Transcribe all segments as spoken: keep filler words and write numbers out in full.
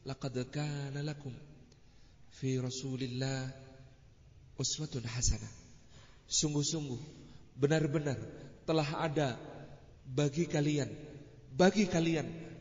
laqad kana lakum fi Rasulillah uswatun hasanah. Sungguh-sungguh benar-benar telah ada bagi kalian, bagi kalian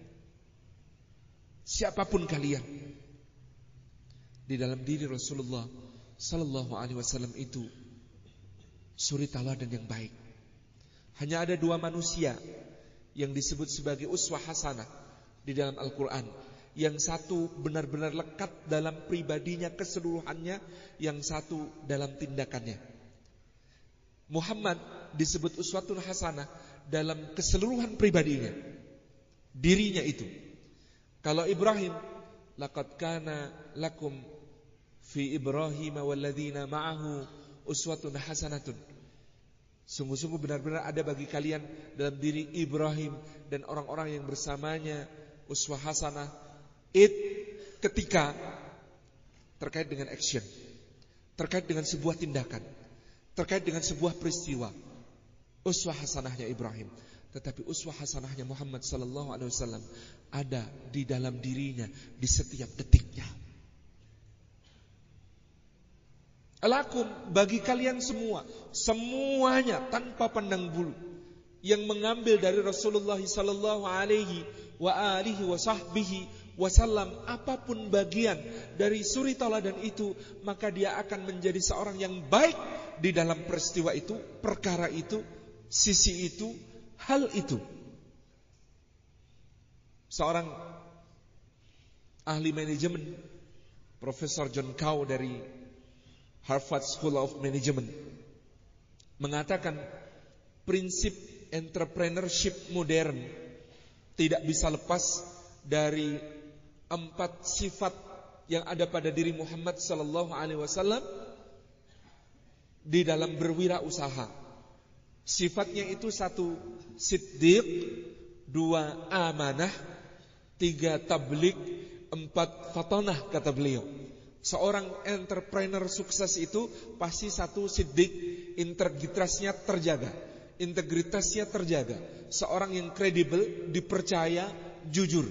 siapapun kalian, di dalam diri Rasulullah sallallahu alaihi wasallam itu suri tauladan yang baik. Hanya ada dua manusia yang disebut sebagai uswah hasanah di dalam Al-Quran. Yang satu benar-benar lekat dalam pribadinya keseluruhannya, yang satu dalam tindakannya. Muhammad disebut uswatun hasanah dalam keseluruhan pribadinya, dirinya itu. Kalau Ibrahim, laqad kana lakum fi Ibrahim walladzina ma'ahu uswatun hasanatun. Sungguh-sungguh benar-benar ada bagi kalian dalam diri Ibrahim dan orang-orang yang bersamanya uswah hasanah. It ketika terkait dengan action, terkait dengan sebuah tindakan, terkait dengan sebuah peristiwa. Uswah hasanahnya Ibrahim, tetapi uswah hasanahnya Muhammad sallallahu alaihi wasallam ada di dalam dirinya di setiap detiknya. Lakum, bagi kalian semua, semuanya tanpa pandang bulu, yang mengambil dari Rasulullah sallallahu alaihi wa alihi wa sahbihi wasallam apapun bagian dari suri tauladan itu, maka dia akan menjadi seorang yang baik di dalam peristiwa itu, perkara itu, sisi itu, hal itu. Seorang ahli manajemen, Profesor John Cao dari Harvard School of Management, mengatakan prinsip entrepreneurship modern tidak bisa lepas dari empat sifat yang ada pada diri Muhammad sallallahu alaihi wasallam di dalam berwirausaha. Sifatnya itu satu siddiq, dua amanah, tiga tabligh, empat fatanah, kata beliau. Seorang entrepreneur sukses itu pasti satu siddiq, integritasnya terjaga, integritasnya terjaga. Seorang yang kredibel, dipercaya, jujur.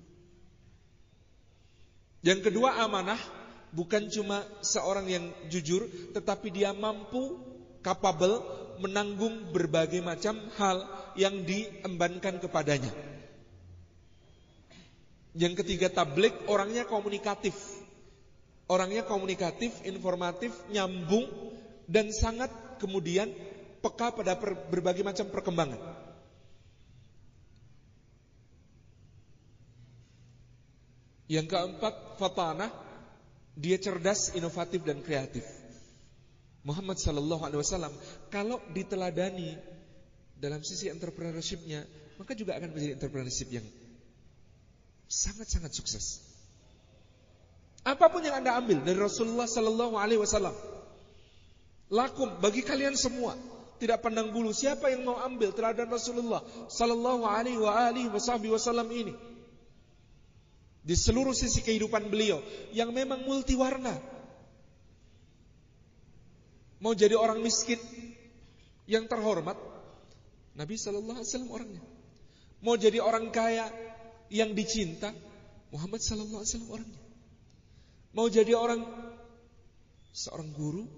Yang kedua amanah, bukan cuma seorang yang jujur, tetapi dia mampu, capable menanggung berbagai macam hal yang diembankan kepadanya. Yang ketiga tabligh, orangnya komunikatif. Orangnya komunikatif, informatif, nyambung, dan sangat kemudian peka pada per, berbagai macam perkembangan. Yang keempat, fatanah, dia cerdas, inovatif, dan kreatif. Muhammad sallallahu alaihi wasallam kalau diteladani dalam sisi entrepreneurship-nya, maka juga akan menjadi entrepreneurship yang sangat-sangat sukses. Apapun yang Anda ambil dari Rasulullah sallallahu alaihi wasallam, lakum, bagi kalian semua, tidak pandang bulu siapa yang mau ambil teladan Rasulullah sallallahu alaihi wa alihi wasallam ini di seluruh sisi kehidupan beliau yang memang multiwarna. Mau jadi orang miskin yang terhormat, Nabi sallallahu alaihi wasallam orangnya. Mau jadi orang kaya yang dicinta, Muhammad sallallahu alaihi wasallam orangnya. Mau jadi orang seorang guru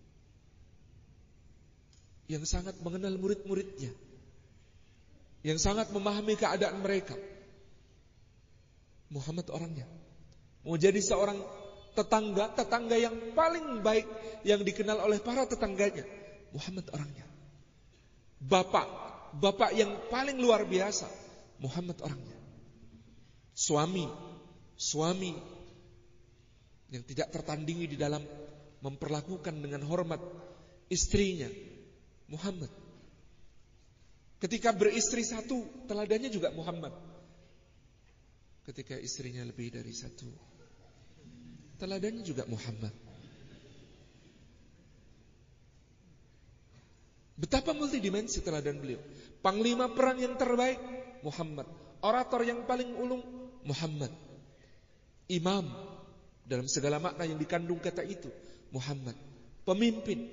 yang sangat mengenal murid-muridnya, yang sangat memahami keadaan mereka, Muhammad orangnya. Mau jadi seorang tetangga, tetangga yang paling baik yang dikenal oleh para tetangganya, Muhammad orangnya. Bapak, bapak yang paling luar biasa, Muhammad orangnya. Suami, suami yang tidak tertandingi di dalam memperlakukan dengan hormat istrinya, Muhammad. Ketika beristri satu, teladannya juga Muhammad. Ketika istrinya lebih dari satu, teladannya juga Muhammad. Betapa multidimensi teladan beliau. Panglima perang yang terbaik, Muhammad. Orator yang paling ulung, Muhammad. Imam dalam segala makna yang dikandung kata itu, Muhammad. Pemimpin.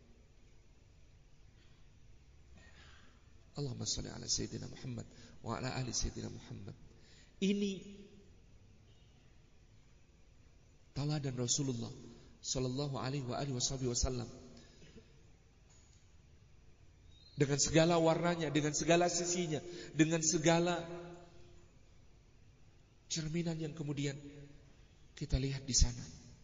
Allahumma shalli ala Sayyidina Muhammad wa ala ali Sayyidina Muhammad. Ini teladan Rasulullah sallallahu alaihi wasallam dengan segala warnanya, dengan segala sisinya, dengan segala cerminan yang kemudian kita lihat di sana.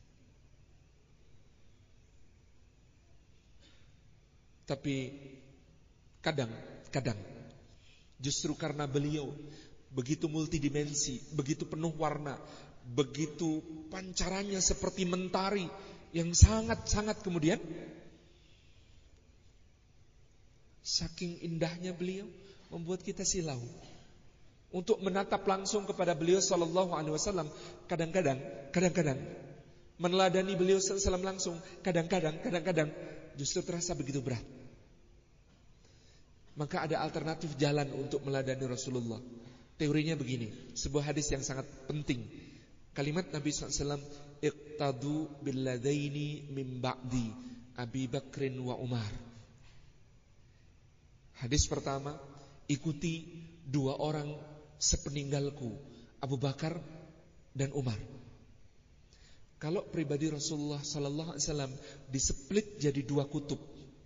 Tapi kadang-kadang justru karena beliau begitu multidimensi, begitu penuh warna, begitu pancarannya seperti mentari yang sangat-sangat kemudian, saking indahnya beliau membuat kita silau untuk menatap langsung kepada beliau sallallahu alaihi wasallam. Kadang-kadang, kadang-kadang meneladani beliau sallallahu alaihi wasallam langsung, kadang-kadang, kadang-kadang justru terasa begitu berat. Maka ada alternatif jalan untuk meladani Rasulullah. Teorinya begini, sebuah hadis yang sangat penting. Kalimat Nabi sallallahu alaihi wasallam, iqtadu billadaini min ba'di Abi Bakrin wa Umar. Hadis pertama, ikuti dua orang sepeninggalku, Abu Bakar dan Umar. Kalau pribadi Rasulullah sallallahu alaihi wasallam diseplit jadi dua kutub,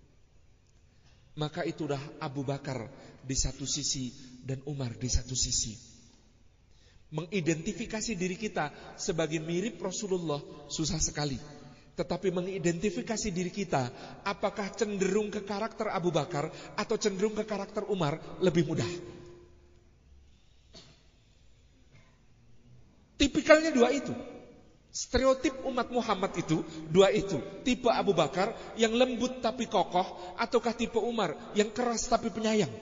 maka itu dah Abu Bakar di satu sisi dan Umar di satu sisi. Mengidentifikasi diri kita sebagai mirip Rasulullah susah sekali. Tetapi mengidentifikasi diri kita apakah cenderung ke karakter Abu Bakar atau cenderung ke karakter Umar lebih mudah. Tipikalnya dua itu. Stereotip umat Muhammad itu dua itu. Tipe Abu Bakar yang lembut tapi kokoh, ataukah tipe Umar yang keras tapi penyayang.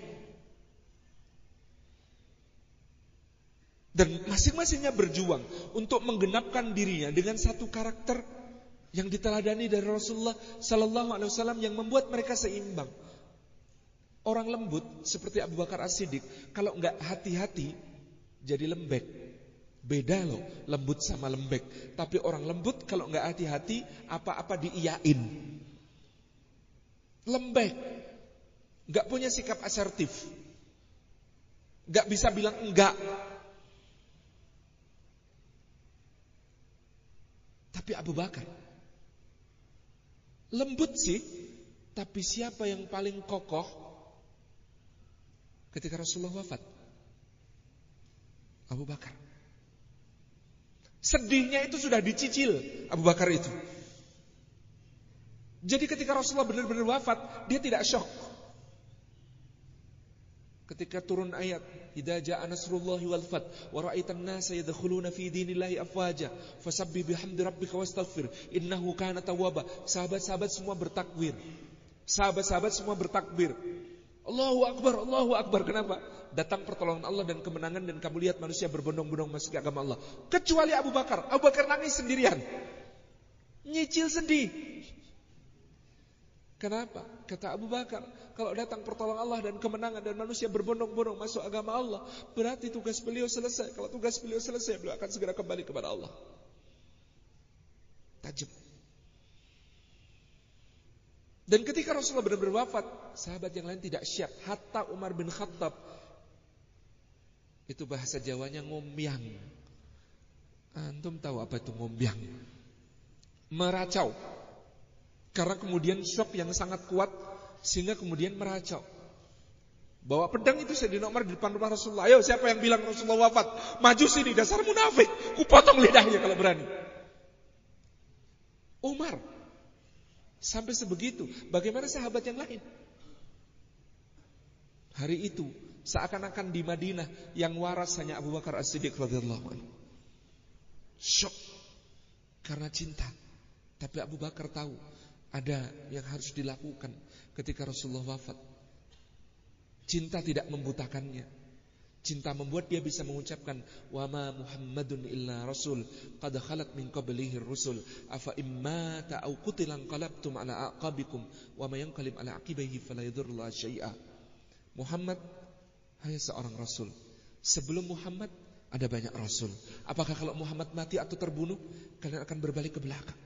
Dan masing-masingnya berjuang untuk menggenapkan dirinya dengan satu karakter yang diteladani dari Rasulullah sallallahu alaihi wasallam yang membuat mereka seimbang. Orang lembut seperti Abu Bakar As-Siddiq kalau enggak hati-hati jadi lembek. Beda loh lembut sama lembek. Tapi orang lembut kalau enggak hati-hati apa-apa diiyain. Lembek. Enggak punya sikap asertif. Enggak bisa bilang enggak. Tapi Abu Bakar lembut sih, tapi siapa yang paling kokoh ketika Rasulullah wafat? Abu Bakar. Sedihnya itu sudah dicicil Abu Bakar itu. Jadi ketika Rasulullah benar-benar wafat, dia tidak syok. Ketika turun ayat, idza jaa nasrullahi wal fath wa ra'aitan nasa yadkhuluna fi dinillahi afwaja fasabbih bihamdi rabbika wastaghfir innahu kana tawwaba. Sahabat-sahabat semua bertakbir. Sahabat-sahabat semua bertakbir. Allahu akbar, Allahu akbar. Kenapa? Datang pertolongan Allah dan kemenangan dan kamu lihat manusia berbondong-bondong masuk ke agama Allah. Kecuali Abu Bakar. Abu Bakar nangis sendirian. Nyicil sedih. Kenapa? Kata Abu Bakar, kalau datang pertolongan Allah dan kemenangan dan manusia berbondong-bondong masuk agama Allah, berarti tugas beliau selesai. Kalau tugas beliau selesai, beliau akan segera kembali kepada Allah. Tajam. Dan ketika Rasulullah benar-benar wafat, sahabat yang lain tidak siap. Hatta Umar bin Khattab, itu bahasa Jawanya ngombyang. Antum tahu apa itu ngombyang? Meracau. Karena kemudian syok yang sangat kuat sehingga kemudian meracau. Bawa pedang itu Sayyidina Umar di depan rumah Rasulullah. Ayo siapa yang bilang Rasulullah wafat? Maju sini dasar munafik. Ku potong lidahnya kalau berani. Umar sampai sebegitu. Bagaimana sahabat yang lain? Hari itu seakan-akan di Madinah yang waras hanya Abu Bakar As-Siddiq radhiyallahu anhu. Syok karena cinta. Tapi Abu Bakar tahu ada yang harus dilakukan ketika Rasulullah wafat. Cinta tidak membutakannya. Cinta membuat dia bisa mengucapkan wa ma Muhammadun illa rasul qad khalat min qablihi rusul afa imma ta'au qutilan qalabtum ala aqabikum wa ma yanqalib ala aqibaihi fala yadurru syai'a. Muhammad hanya seorang rasul. Sebelum Muhammad ada banyak rasul. Apakah kalau Muhammad mati atau terbunuh, kalian akan berbalik ke belakang?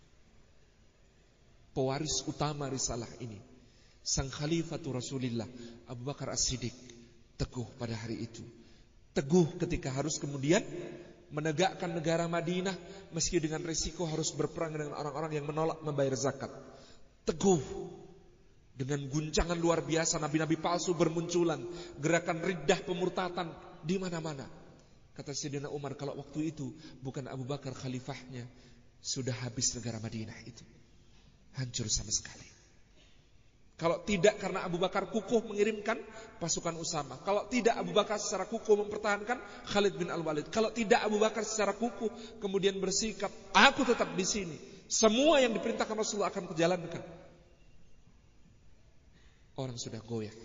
Pewaris utama risalah ini, sang khalifatu Rasulillah Abu Bakar As-Siddiq, teguh pada hari itu. Teguh ketika harus kemudian menegakkan negara Madinah meski dengan risiko harus berperang dengan orang-orang yang menolak membayar zakat. Teguh. Dengan guncangan luar biasa, nabi-nabi palsu bermunculan, gerakan riddah pemurtatan di mana-mana. Kata Sayyidina Umar, kalau waktu itu bukan Abu Bakar khalifahnya, sudah habis negara Madinah itu. Hancur sama sekali. Kalau tidak karena Abu Bakar kukuh mengirimkan pasukan Usama. Kalau tidak Abu Bakar secara kukuh mempertahankan Khalid bin Al-Walid. Kalau tidak Abu Bakar secara kukuh kemudian bersikap, aku tetap di sini. Semua yang diperintahkan Rasulullah akan kujalankan. Orang sudah goyah.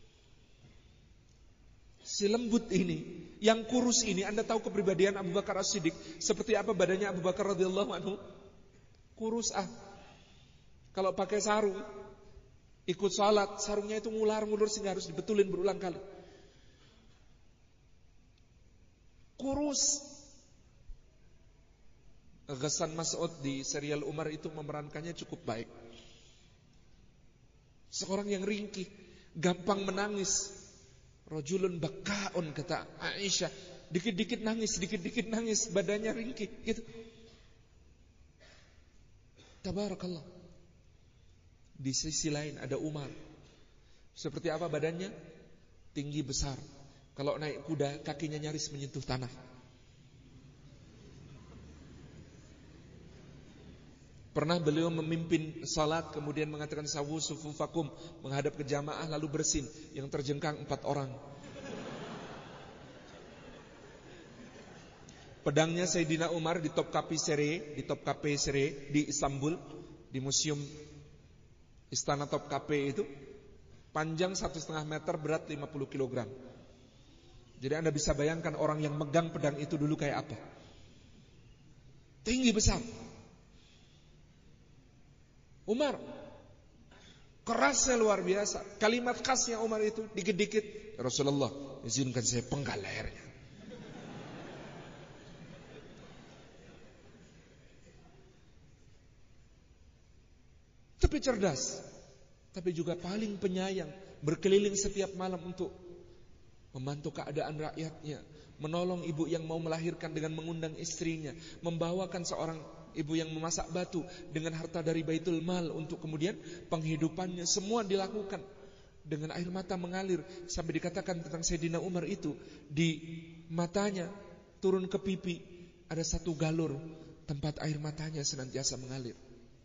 Si lembut ini, yang kurus ini, Anda tahu kepribadian Abu Bakar As-Siddiq seperti apa badannya Abu Bakar radhiyallahu anhu? Kurus ah. Kalau pakai sarung, ikut salat, sarungnya itu ngular-ngulur sehingga harus dibetulin berulang kali. Kurus. Ghassan Mas'ud di serial Umar itu memerankannya cukup baik. Seorang yang ringkih, gampang menangis. Rajulun baka'un, kata Aisyah, dikit-dikit nangis, dikit-dikit nangis, badannya ringkih gitu. Tabarakallah. Di sisi lain ada Umar. Seperti apa badannya? Tinggi besar. Kalau naik kuda kakinya nyaris menyentuh tanah. Pernah beliau memimpin salat kemudian mengatakan sawu sufufakum, menghadap ke jamaah lalu bersin, yang terjengkang empat orang. Pedangnya Sayyidina Umar di Topkapi Sere, di Topkapi Sere di Istanbul, di museum Istana Topkapi itu, panjang satu setengah meter, berat lima puluh kilogram. Jadi Anda bisa bayangkan orang yang megang pedang itu dulu kayak apa. Tinggi besar. Umar kerasnya luar biasa. Kalimat khasnya Umar itu dikit-dikit, Rasulullah izinkan saya penggal lehernya. Tapi cerdas, tapi juga paling penyayang, berkeliling setiap malam untuk membantu keadaan rakyatnya, menolong ibu yang mau melahirkan dengan mengundang istrinya, membawakan seorang ibu yang memasak batu dengan harta dari Baitul Mal untuk kemudian penghidupannya. Semua dilakukan dengan air mata mengalir. Sampai dikatakan tentang Sayyidina Umar itu, di matanya turun ke pipi ada satu galur tempat air matanya senantiasa mengalir.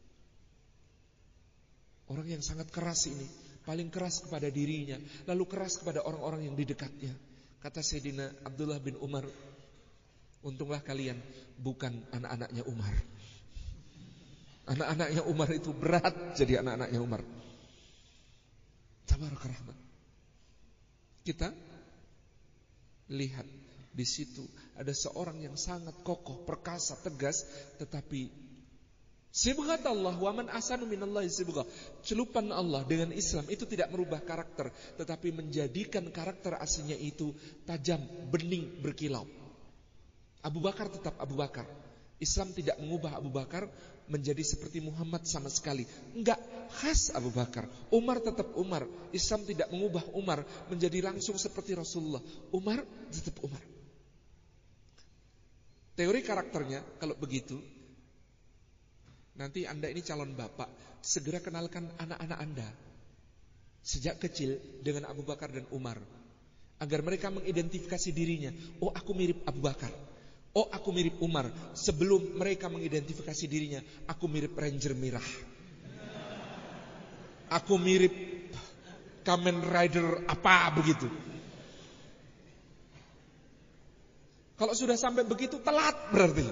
Orang yang sangat keras ini, paling keras kepada dirinya, lalu keras kepada orang-orang yang di dekatnya. Kata Sayyidina Abdullah bin Umar, untunglah kalian bukan anak-anaknya Umar. Anak-anaknya Umar itu berat jadi anak-anaknya Umar. Tabaraka rahmat. Kita lihat di situ ada seorang yang sangat kokoh, perkasa, tegas, tetapi sibghat Allah wa man ahsanu minallahi sibghah. Celupan Allah dengan Islam itu tidak merubah karakter, tetapi menjadikan karakter aslinya itu tajam, bening, berkilau. Abu Bakar tetap Abu Bakar. Islam tidak mengubah Abu Bakar menjadi seperti Muhammad sama sekali. Enggak, khas Abu Bakar. Umar tetap Umar. Islam tidak mengubah Umar menjadi langsung seperti Rasulullah. Umar tetap Umar. Teori karakternya kalau begitu, nanti Anda ini calon bapak, segera kenalkan anak-anak Anda sejak kecil dengan Abu Bakar dan Umar, agar mereka mengidentifikasi dirinya. Oh, aku mirip Abu Bakar. Oh, aku mirip Umar. Sebelum mereka mengidentifikasi dirinya, aku mirip Ranger Merah. Aku mirip Kamen Rider apa begitu. Kalau sudah sampai begitu, telat berarti.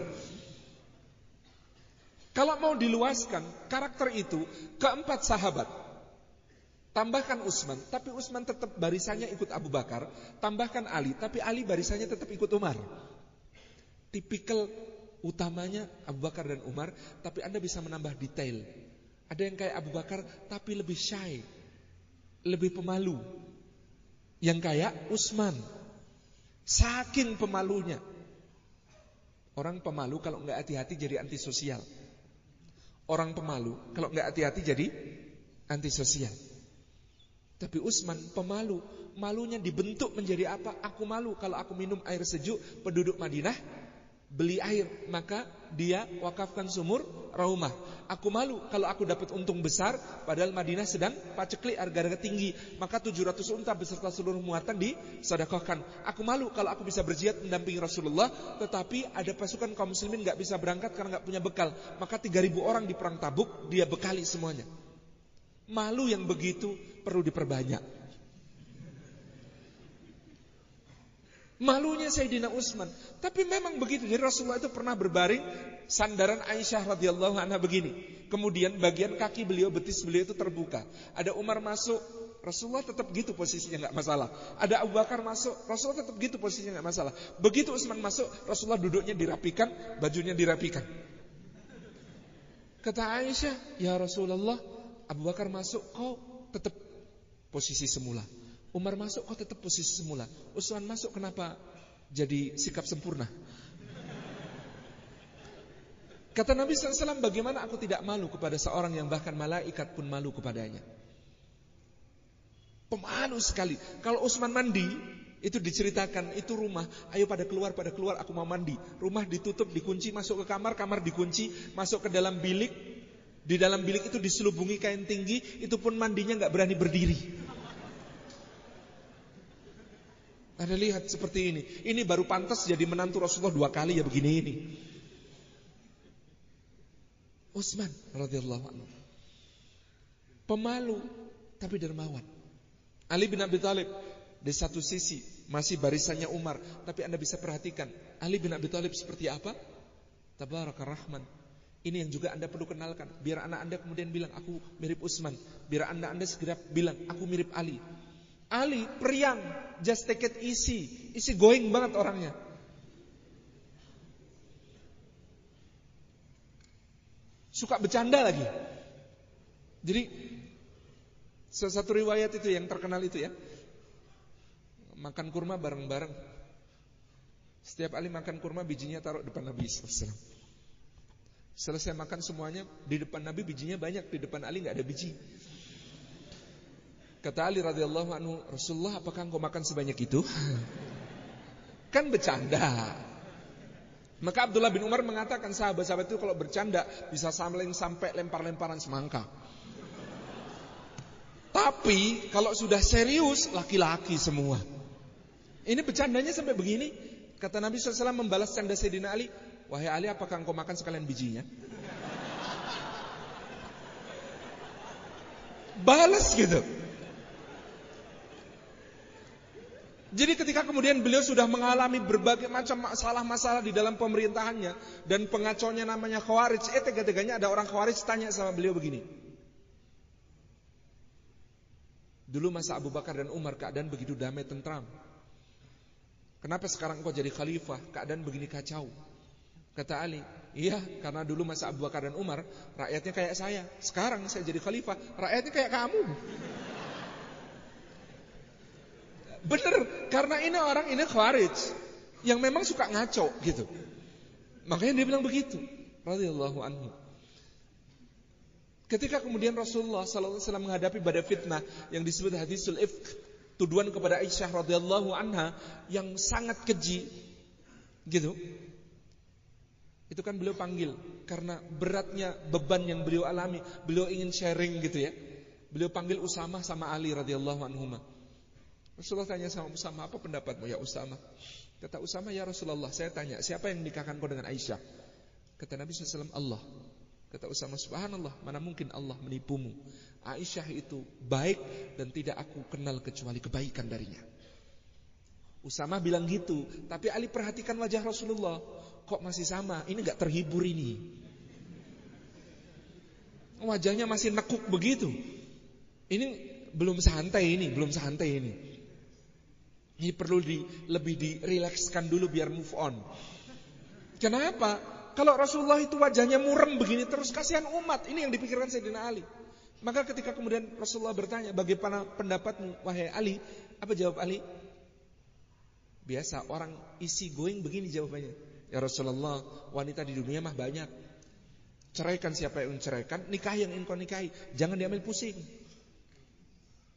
Kalau mau diluaskan karakter itu keempat sahabat, tambahkan Utsman, tapi Utsman tetap barisannya ikut Abu Bakar. Tambahkan Ali, tapi Ali barisannya tetap ikut Umar. Tipikal utamanya Abu Bakar dan Umar, tapi Anda bisa menambah detail. Ada yang kayak Abu Bakar tapi lebih shy, lebih pemalu. Yang kayak Utsman, saking pemalunya. Orang pemalu kalau nggak hati-hati jadi antisosial. Orang pemalu kalau nggak hati-hati jadi antisosial. Tapi Utsman pemalu, malunya dibentuk menjadi apa? Aku malu kalau aku minum air sejuk penduduk Madinah beli air, maka dia wakafkan sumur Raumah. Aku malu kalau aku dapat untung besar, padahal Madinah sedang paceklik, harga-harga tinggi, maka tujuh ratus unta beserta seluruh muatan disedekahkan. Aku malu kalau aku bisa berjihad mendampingi Rasulullah, tetapi ada pasukan kaum muslimin gak bisa berangkat karena gak punya bekal, maka tiga ribu orang di perang Tabuk dia bekali semuanya. Malu yang begitu perlu diperbanyak. Malunya Sayyidina Utsman. Tapi memang begitu. Jadi Rasulullah itu pernah berbaring, sandaran Aisyah radhiyallahu anha begini. Kemudian bagian kaki beliau, betis beliau itu terbuka. Ada Umar masuk, Rasulullah tetap gitu posisinya, nggak masalah. Ada Abu Bakar masuk, Rasulullah tetap gitu posisinya, nggak masalah. Begitu Utsman masuk, Rasulullah duduknya dirapikan, bajunya dirapikan. Kata Aisyah, ya Rasulullah, Abu Bakar masuk, kau tetap posisi semula. Umar masuk, kau tetap posisi semula. Utsman masuk, kenapa jadi sikap sempurna? Kata Nabi shallallahu alaihi wasallam, bagaimana aku tidak malu kepada seorang yang bahkan malaikat pun malu kepadanya. Pemalu sekali. Kalau Utsman mandi, itu diceritakan, itu rumah, ayo pada keluar, pada keluar, aku mau mandi. Rumah ditutup, dikunci, masuk ke kamar, kamar dikunci, masuk ke dalam bilik. Di dalam bilik itu diselubungi kain tinggi, itu pun mandinya gak berani berdiri. Anda lihat seperti ini. Ini baru pantas jadi menantu Rasulullah dua kali ya begini ini. Utsman radhiyallahu anhu. Pemalu tapi dermawan. Ali bin Abi Thalib di satu sisi masih barisannya Umar, tapi Anda bisa perhatikan Ali bin Abi Thalib seperti apa? Tabarakar Rahman. Ini yang juga Anda perlu kenalkan. Biar anak Anda kemudian bilang aku mirip Utsman. Biar anak Anda segera bilang aku mirip Ali. Ali periang, just take it easy, easy going banget orangnya. Suka bercanda lagi. Jadi salah satu riwayat itu yang terkenal itu ya, makan kurma bareng-bareng. Setiap Ali makan kurma, bijinya taruh depan Nabi shallallahu alaihi wasallam. Selesai makan semuanya, di depan Nabi bijinya banyak, di depan Ali gak ada biji. Kata Ali radhiyallahu anhu, Rasulullah, apakah engkau makan sebanyak itu? Kan bercanda. Maka Abdullah bin Umar mengatakan, sahabat-sahabat itu kalau bercanda bisa saling sampai lempar-lemparan semangka. Tapi kalau sudah serius, laki-laki semua. Ini bercandanya sampai begini. Kata Nabi shallallahu alaihi wasallam membalas canda Sayyidina Ali, wahai Ali, apakah engkau makan sekalian bijinya? Balas gitu. Jadi ketika kemudian beliau sudah mengalami berbagai macam masalah-masalah di dalam pemerintahannya, dan pengaconya namanya Khawarij, eh tega-teganya ada orang Khawarij tanya sama beliau begini. Dulu masa Abu Bakar dan Umar keadaan begitu damai tentram. Kenapa sekarang engkau jadi khalifah keadaan begini kacau? Kata Ali, iya karena dulu masa Abu Bakar dan Umar rakyatnya kayak saya. Sekarang saya jadi khalifah, rakyatnya kayak kamu. Bener, karena ini orang ini Khawarij yang memang suka ngaco gitu. Makanya dia bilang begitu, radhiyallahu anhu. Ketika kemudian Rasulullah sallallahu alaihi wasallam menghadapi badai fitnah yang disebut hadisul ifk, tuduhan kepada Aisyah radhiyallahu anha yang sangat keji gitu. Itu kan beliau panggil karena beratnya beban yang beliau alami, beliau ingin sharing gitu ya. Beliau panggil Usamah sama Ali radhiyallahu anhuma. Rasulullah tanya sama Usamah, apa pendapatmu ya Usamah? Kata Usamah, ya Rasulullah, saya tanya, siapa yang menikahkan kau dengan Aisyah? Kata Nabi shallallahu alaihi wasallam, Allah. Kata Usamah, subhanallah, mana mungkin Allah menipumu. Aisyah itu baik dan tidak aku kenal kecuali kebaikan darinya. Usamah bilang gitu, tapi Ali perhatikan wajah Rasulullah, kok masih sama, ini gak terhibur ini. Wajahnya masih nekuk begitu. Ini belum santai ini, belum santai ini. Ini perlu di, lebih dirilekskan dulu biar move on. Kenapa? Kalau Rasulullah itu wajahnya murem begini terus, kasihan umat. Ini yang dipikirkan Sayyidina Ali. Maka ketika kemudian Rasulullah bertanya, bagaimana pendapatmu wahai Ali? Apa jawab Ali? Biasa orang easy going begini jawabannya. Ya Rasulullah, wanita di dunia mah banyak. Ceraikan siapa yang menceraikan, nikahi yang ingin kau nikahi. Jangan diambil pusing.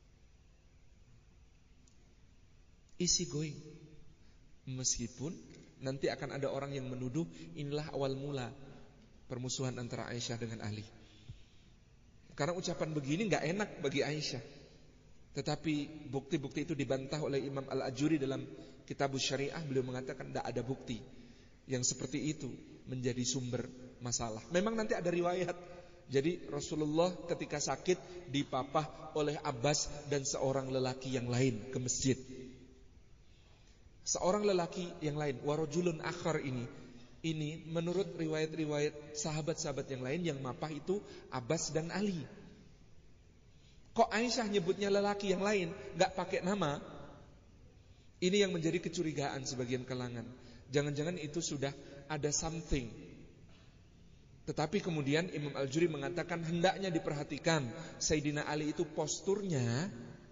Easy going. Meskipun Nanti akan ada orang yang menuduh inilah awal mula permusuhan antara Aisyah dengan Ali. Karena ucapan begini gak enak bagi Aisyah. Tetapi bukti-bukti itu dibantah oleh Imam Al-Ajuri dalam Kitabus Syariah. Beliau mengatakan tidak ada bukti yang seperti itu menjadi sumber masalah. Memang nanti ada riwayat. Jadi Rasulullah ketika sakit dipapah oleh Abbas dan seorang lelaki yang lain ke masjid. Seorang lelaki yang lain, warajulun akhar ini, ini menurut riwayat-riwayat sahabat-sahabat yang lain yang mapah itu Abbas dan Ali. Kok Aisyah nyebutnya lelaki yang lain, gak pakai nama? Ini yang menjadi kecurigaan sebagian kalangan. Jangan-jangan itu sudah ada something. Tetapi kemudian Imam Al-Juri mengatakan hendaknya diperhatikan Sayyidina Ali itu posturnya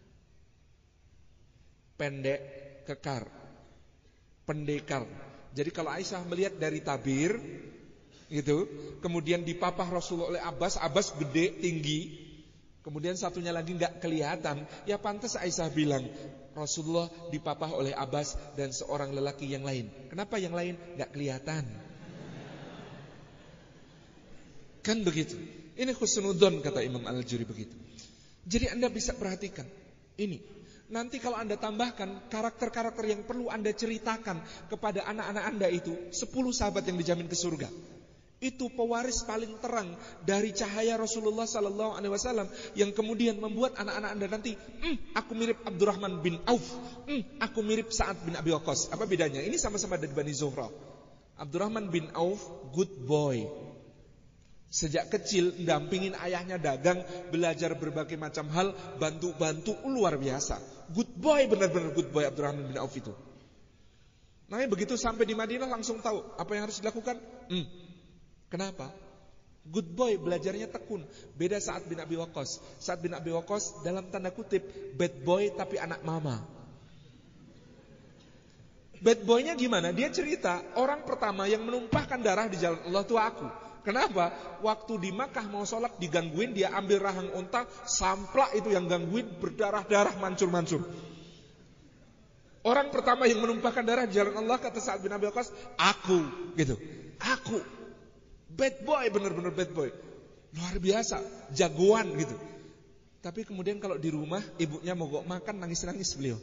pendek, kekar, pendekar. Jadi kalau Aisyah melihat dari tabir gitu, kemudian dipapah Rasulullah oleh Abbas, Abbas gede, tinggi, kemudian satunya lagi gak kelihatan, ya pantas Aisyah bilang Rasulullah dipapah oleh Abbas dan seorang lelaki yang lain. Kenapa yang lain gak kelihatan? Kan begitu. Ini husnudzon kata Imam Al-Juri begitu. Jadi Anda bisa perhatikan ini. Nanti kalau Anda tambahkan karakter-karakter yang perlu Anda ceritakan kepada anak-anak Anda itu, sepuluh sahabat yang dijamin ke surga. Itu pewaris paling terang dari cahaya Rasulullah sallallahu alaihi wasallam yang kemudian membuat anak-anak Anda nanti, "Hmm, aku mirip Abdurrahman bin Auf. Hmm, aku mirip Sa'ad bin Abi Waqqas." Apa bedanya? Ini sama-sama dari Bani Zuhra. Abdurrahman bin Auf good boy. Sejak kecil dampingin ayahnya dagang, belajar berbagai macam hal, bantu-bantu luar biasa. Good boy, benar-benar good boy Abdurrahman bin Auf itu. Nah, begitu sampai di Madinah langsung tahu apa yang harus dilakukan. Hmm. Kenapa? Good boy, belajarnya tekun. Beda Sa'ad bin Abi Waqqas. Sa'ad bin Abi Waqqas dalam tanda kutip bad boy tapi anak mama. Bad boynya gimana? Dia cerita orang pertama yang menumpahkan darah di jalan Allah itu aku. Kenapa? Waktu di Makkah mau sholat digangguin, dia ambil rahang unta, samplak itu yang gangguin berdarah-darah mancur-mancur. Orang pertama yang menumpahkan darah di jalan Allah kata Sa'ad bin Abi Waqqas, aku, gitu. Aku. Bad boy, benar-benar bad boy. Luar biasa, jagoan gitu. Tapi kemudian kalau di rumah ibunya mogok makan, nangis-nangis beliau.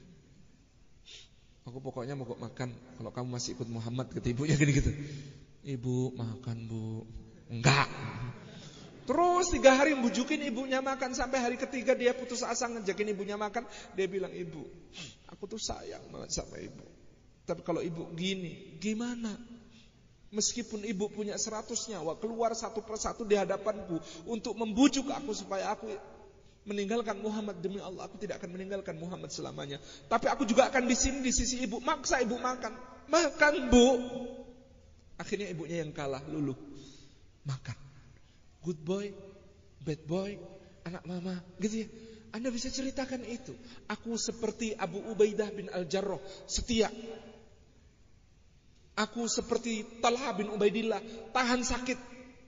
Aku pokoknya mogok makan kalau kamu masih ikut Muhammad, kata ibunya gini-gitu. Ibu makan bu. Enggak. Terus tiga hari membujukin ibunya makan. Sampai hari ketiga dia putus asa ngejakin ibunya makan. Dia bilang, ibu, aku tuh sayang banget sama ibu. Tapi kalau ibu gini, gimana? Meskipun ibu punya seratus nyawa, keluar satu persatu di hadapanku untuk membujuk aku supaya aku meninggalkan Muhammad, demi Allah aku tidak akan meninggalkan Muhammad selamanya. Tapi aku juga akan di sini di sisi ibu. Maksa ibu makan. Makan bu. Akhirnya ibunya yang kalah, luluh. Makan. Good boy, bad boy, anak mama, gitu ya. Anda bisa ceritakan itu. Aku seperti Abu Ubaidah bin Al-Jarrah, setia. Aku seperti Talha bin Ubaidillah, tahan sakit.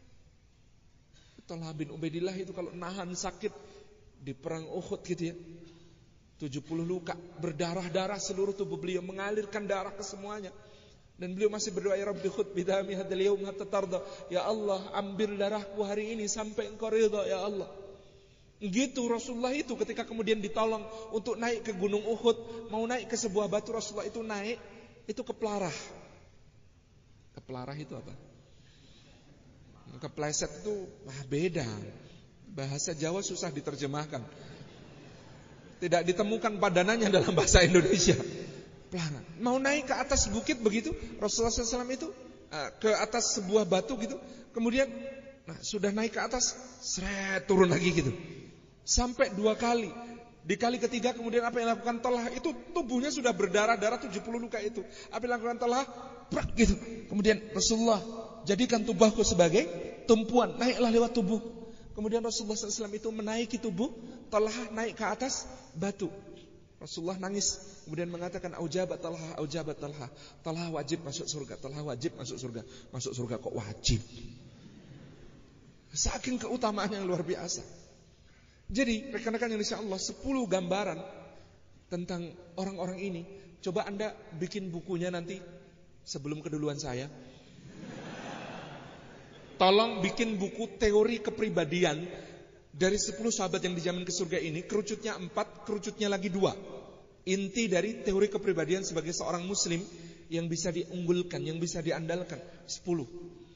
Talha bin Ubaidillah itu kalau nahan sakit di perang Uhud gitu ya. tujuh puluh luka, berdarah-darah seluruh tubuh beliau, mengalirkan darah ke semuanya. Dan beliau masih berdoa, ya Rabbi khud bidami hadzal yaum hatta tarda. Ya Allah, ambil darahku hari ini sampai engkau ridha ya Allah. Gitu Rasulullah itu ketika kemudian ditolong untuk naik ke Gunung Uhud, mau naik ke sebuah batu, Rasulullah itu naik, itu kepelarah. Kepelarah itu apa? Kepleset itu ah, beda. Bahasa Jawa susah diterjemahkan. Tidak ditemukan padanannya dalam bahasa Indonesia. Pelana. Mau naik ke atas bukit begitu, Rasulullah shallallahu alaihi wasallam itu uh, ke atas sebuah batu gitu, kemudian nah, sudah naik ke atas, seret turun lagi gitu, sampai dua kali. Di kali ketiga kemudian apa yang dilakukan Talha itu tubuhnya sudah berdarah-darah tujuh puluh luka itu. Apa yang dilakukan Talha? Brak gitu. Kemudian Rasulullah jadikan tubuhku sebagai tumpuan, naiklah lewat tubuh. Kemudian Rasulullah shallallahu alaihi wasallam itu menaiki tubuh Talha naik ke atas batu. Rasulullah nangis, kemudian mengatakan, aujabat Talha, aujabat Talha. Talha wajib masuk surga, Talha wajib masuk surga. Masuk surga kok wajib? Saking keutamaan yang luar biasa. Jadi rekan-rekan yang insya Allah, sepuluh gambaran tentang orang-orang ini. Coba Anda bikin bukunya nanti, sebelum keduluan saya. Tolong bikin buku teori kepribadian dari sepuluh sahabat yang dijamin ke surga ini, kerucutnya empat, kerucutnya lagi dua. Inti dari teori kepribadian sebagai seorang muslim yang bisa diunggulkan, yang bisa diandalkan, sepuluh.